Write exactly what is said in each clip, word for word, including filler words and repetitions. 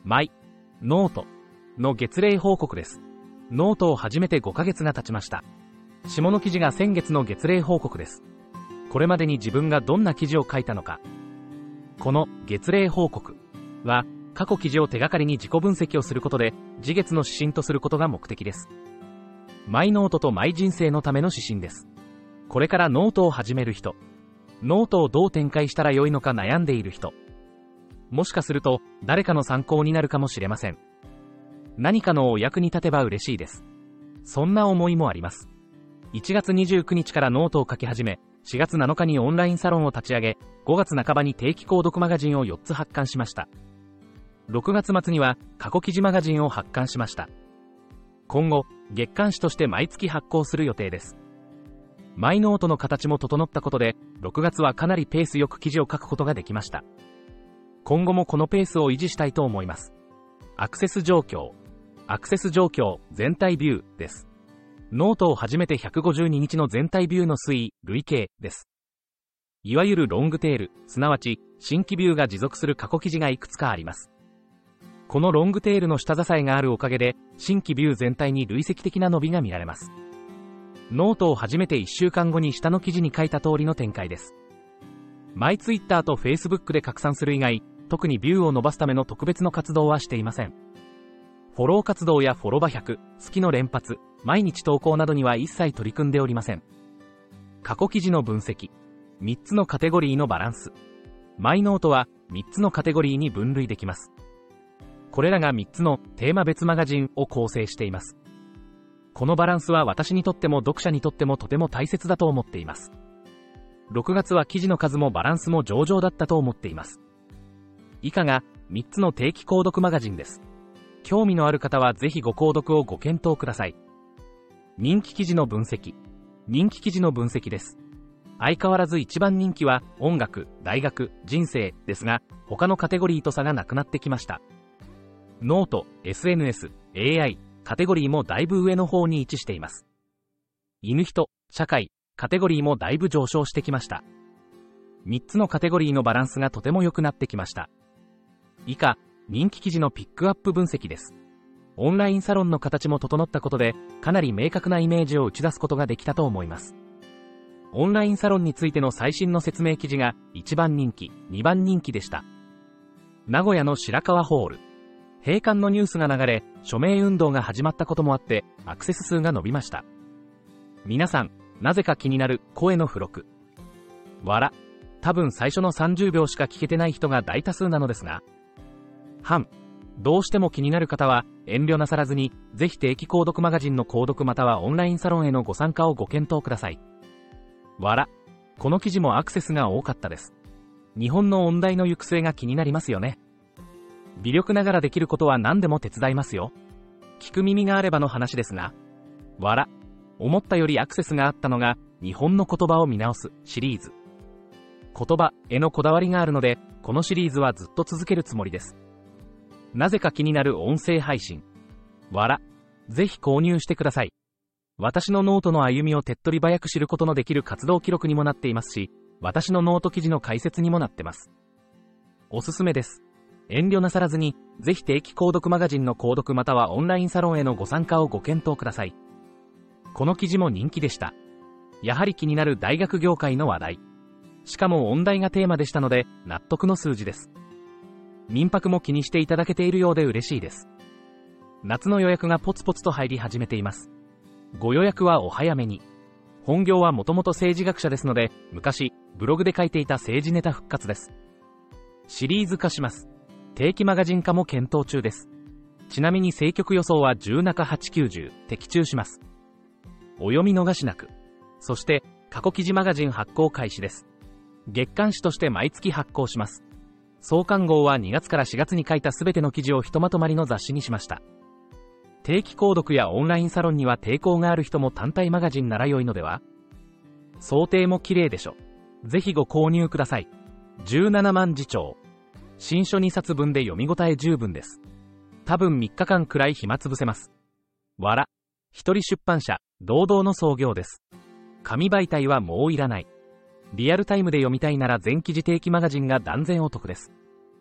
マイノートの月例報告です。ノートを始めてごかげつが経ちました。下の記事が先月の月例報告です。これまでに自分がどんな記事を書いたのか。この月例報告は、過去記事を手がかりに自己分析をすることで、次月の指針とすることが目的です。マイノートとマイ人生のための指針です。これからノートを始める人、ノートをどう展開したらよいのか悩んでいる人、もしかすると誰かの参考になるかもしれません。何かのお役に立てば嬉しいです。そんな思いもあります。いちがつにじゅうくにちからノートを書き始め、しがつなのかにオンラインサロンを立ち上げ、ごがつなかばに定期購読マガジンをよっつ発刊しました。ろくがつ末には過去記事マガジンを発刊しました。今後、月刊誌として毎月発行する予定です。マイノートの形も整ったことで、ろくがつはかなりペースよく記事を書くことができました。今後もこのペースを維持したいと思います。アクセス状況。アクセス状況、全体ビューです。ノートを始めてひゃくごじゅうににちの全体ビューの推移、累計です。いわゆるロングテール、すなわち新規ビューが持続する過去記事がいくつかあります。このロングテールの下支えがあるおかげで、新規ビュー全体に累積的な伸びが見られます。ノートを始めていっしゅうかんごに下の記事に書いた通りの展開です。マイツイッターとフェイスブックで拡散する以外、特にビューを伸ばすための特別の活動はしていません。フォロー活動やフォロバひゃく、好きの連発、毎日投稿などには一切取り組んでおりません。過去記事の分析。みっつのカテゴリーのバランス。マイノートはみっつのカテゴリーに分類できます。これらがみっつのテーマ別マガジンを構成しています。このバランスは私にとっても読者にとってもとても大切だと思っています。ろくがつは記事の数もバランスも上々だったと思っています。以下がみっつの定期購読マガジンです。興味のある方はぜひご購読をご検討ください。人気記事の分析。人気記事の分析です。相変わらず一番人気は音楽、大学、人生ですが、他のカテゴリーと差がなくなってきました。ノート、エスエヌエス、エーアイ、カテゴリーもだいぶ上の方に位置しています。犬人、社会、カテゴリーもだいぶ上昇してきました。みっつのカテゴリーのバランスがとても良くなってきました。以下、人気記事のピックアップ分析です。オンラインサロンの形も整ったことで、かなり明確なイメージを打ち出すことができたと思います。オンラインサロンについての最新の説明記事がいちばん人気、にばん人気でした。名古屋の白川ホール。閉館のニュースが流れ、署名運動が始まったこともあって、アクセス数が伸びました。皆さん、なぜか気になる声の付録。わら。多分最初のさんじゅうびょうしか聞けてない人が大多数なのですが。はん。どうしても気になる方は、遠慮なさらずに、ぜひ定期購読マガジンの購読またはオンラインサロンへのご参加をご検討ください。わら。この記事もアクセスが多かったです。日本の音大の行く末が気になりますよね。微力ながらできることは何でも手伝いますよ。聞く耳があればの話ですが。わら。思ったよりアクセスがあったのが、日本の言葉を見直すシリーズ。言葉へのこだわりがあるので、このシリーズはずっと続けるつもりです。なぜか気になる音声配信。わら。ぜひ購入してください。私のノートの歩みを手っ取り早く知ることのできる活動記録にもなっていますし、私のノート記事の解説にもなってます。おすすめです。遠慮なさらずに、ぜひ定期購読マガジンの購読またはオンラインサロンへのご参加をご検討ください。この記事も人気でした。やはり気になる大学業界の話題。しかも音大がテーマでしたので、納得の数字です。民泊も気にしていただけているようで嬉しいです。夏の予約がポツポツと入り始めています。ご予約はお早めに。本業はもともと政治学者ですので、昔、ブログで書いていた政治ネタ復活です。シリーズ化します。定期マガジン化も検討中です。ちなみに政局予想はじゅう中はちきゅうじゅう、的中します。お読み逃しなく。そして、過去記事マガジン発行開始です。月刊誌として毎月発行します。創刊号はにがつからしがつに書いたすべての記事をひとまとまりの雑誌にしました。定期購読やオンラインサロンには抵抗がある人も単体マガジンなら良いのでは？想定も綺麗でしょ。ぜひご購入ください。じゅうななまんじちょう。新書にさつぶんで読み応え十分です。多分みっかかんくらい暇つぶせます。わら。一人出版社、堂々の創業です。紙媒体はもういらない。リアルタイムで読みたいなら全記事定期マガジンが断然お得です。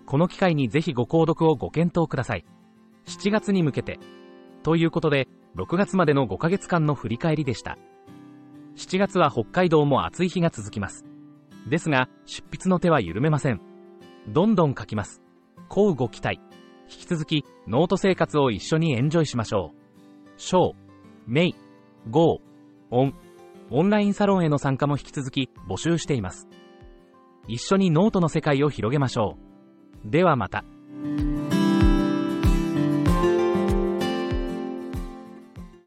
この機会にぜひご購読をご検討ください。しちがつに向けて。ということで、ろくがつまでのごかげつかんの振り返りでした。しちがつは北海道も暑い日が続きます。ですが、執筆の手は緩めません。どんどん書きます。こうご期待。引き続き、ノート生活を一緒にエンジョイしましょう。ショー、メイ、ゴー、オン。オンラインサロンへの参加も引き続き募集しています。一緒にノートの世界を広げましょう。ではまた。